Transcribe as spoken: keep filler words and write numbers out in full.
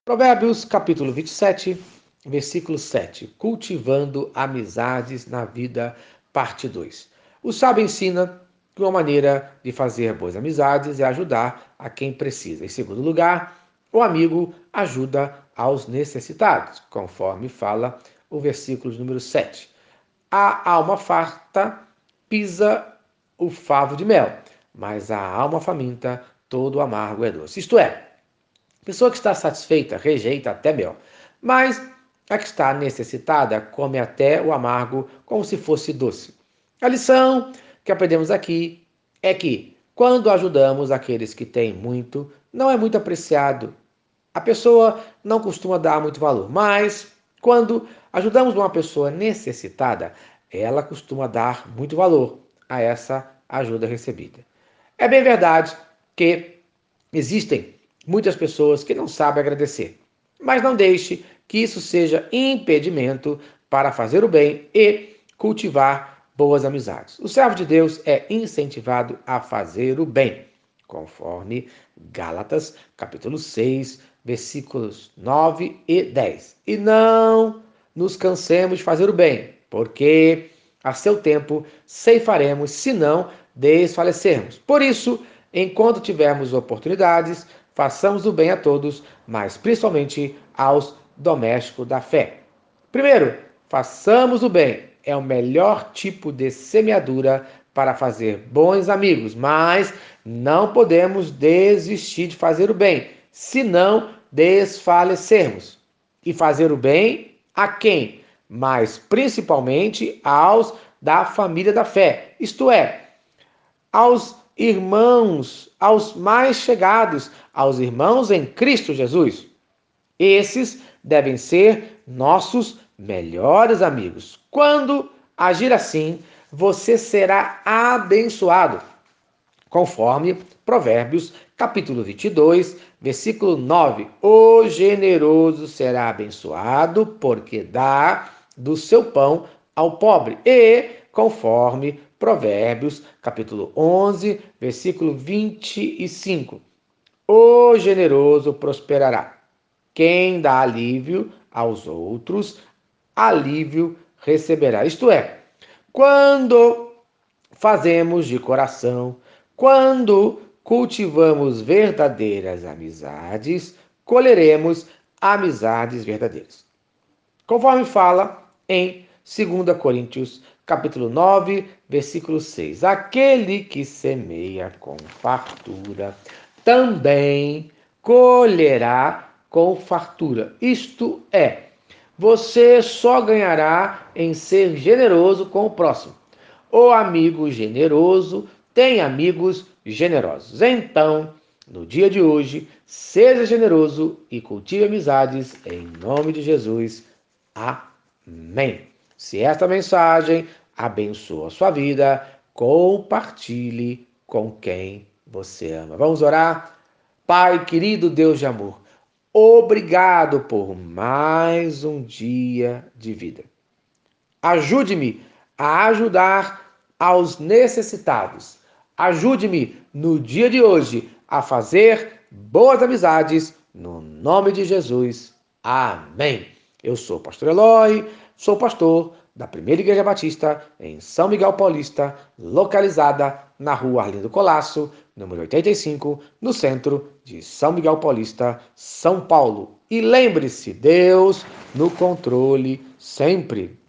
Provérbios capítulo vinte e sete, versículo sete. Cultivando amizades na vida, parte dois. O sábio ensina que uma maneira de fazer boas amizades é ajudar a quem precisa. Em segundo lugar, o amigo ajuda aos necessitados, conforme fala o versículo número sete. A alma farta pisa o favo de mel, mas a alma faminta todo o amargo é doce. Isto é, a pessoa que está satisfeita rejeita até mel, mas a que está necessitada come até o amargo como se fosse doce. A lição que aprendemos aqui é que, quando ajudamos aqueles que têm muito, não é muito apreciado. A pessoa não costuma dar muito valor, mas quando ajudamos uma pessoa necessitada, ela costuma dar muito valor a essa ajuda recebida. É bem verdade que existem muitas pessoas que não sabem agradecer, mas não deixe que isso seja impedimento para fazer o bem e cultivar boas amizades. O servo de Deus é incentivado a fazer o bem, conforme Gálatas, capítulo seis, versículos nove e dez. E não nos cansemos de fazer o bem, porque a seu tempo ceifaremos, se não desfalecermos. Por isso, enquanto tivermos oportunidades, façamos o bem a todos, mas principalmente aos domésticos da fé. Primeiro, façamos o bem. É o melhor tipo de semeadura para fazer bons amigos, mas não podemos desistir de fazer o bem, senão desfalecermos. E fazer o bem a quem? Mas principalmente aos da família da fé, isto é, aos irmãos, aos mais chegados, aos irmãos em Cristo Jesus. Esses devem ser nossos melhores amigos. Quando agir assim, você será abençoado, conforme Provérbios, capítulo vinte e dois, versículo nove. O generoso será abençoado, porque dá do seu pão ao pobre. E, conforme Provérbios, capítulo onze, versículo vinte e cinco. O generoso prosperará. Quem dá alívio aos outros, alívio receberá. Isto é, quando fazemos de coração, quando cultivamos verdadeiras amizades, colheremos amizades verdadeiras. Conforme fala em dois Coríntios, capítulo nove, versículo seis. Aquele que semeia com fartura também colherá com fartura. Isto é, você só ganhará em ser generoso com o próximo. O amigo generoso tem amigos generosos. Então, no dia de hoje, seja generoso e cultive amizades em nome de Jesus. Amém. Se esta mensagem abençoa a sua vida, compartilhe com quem você ama. Vamos orar? Pai querido, Deus de amor, obrigado por mais um dia de vida. Ajude-me a ajudar aos necessitados. Ajude-me no dia de hoje a fazer boas amizades, no nome de Jesus. Amém. Eu sou o pastor Eloy, sou pastor da Primeira Igreja Batista em São Miguel Paulista, localizada na rua Arlindo Colasso, número oitenta e cinco, no centro de São Miguel Paulista, São Paulo. E lembre-se, Deus no controle sempre.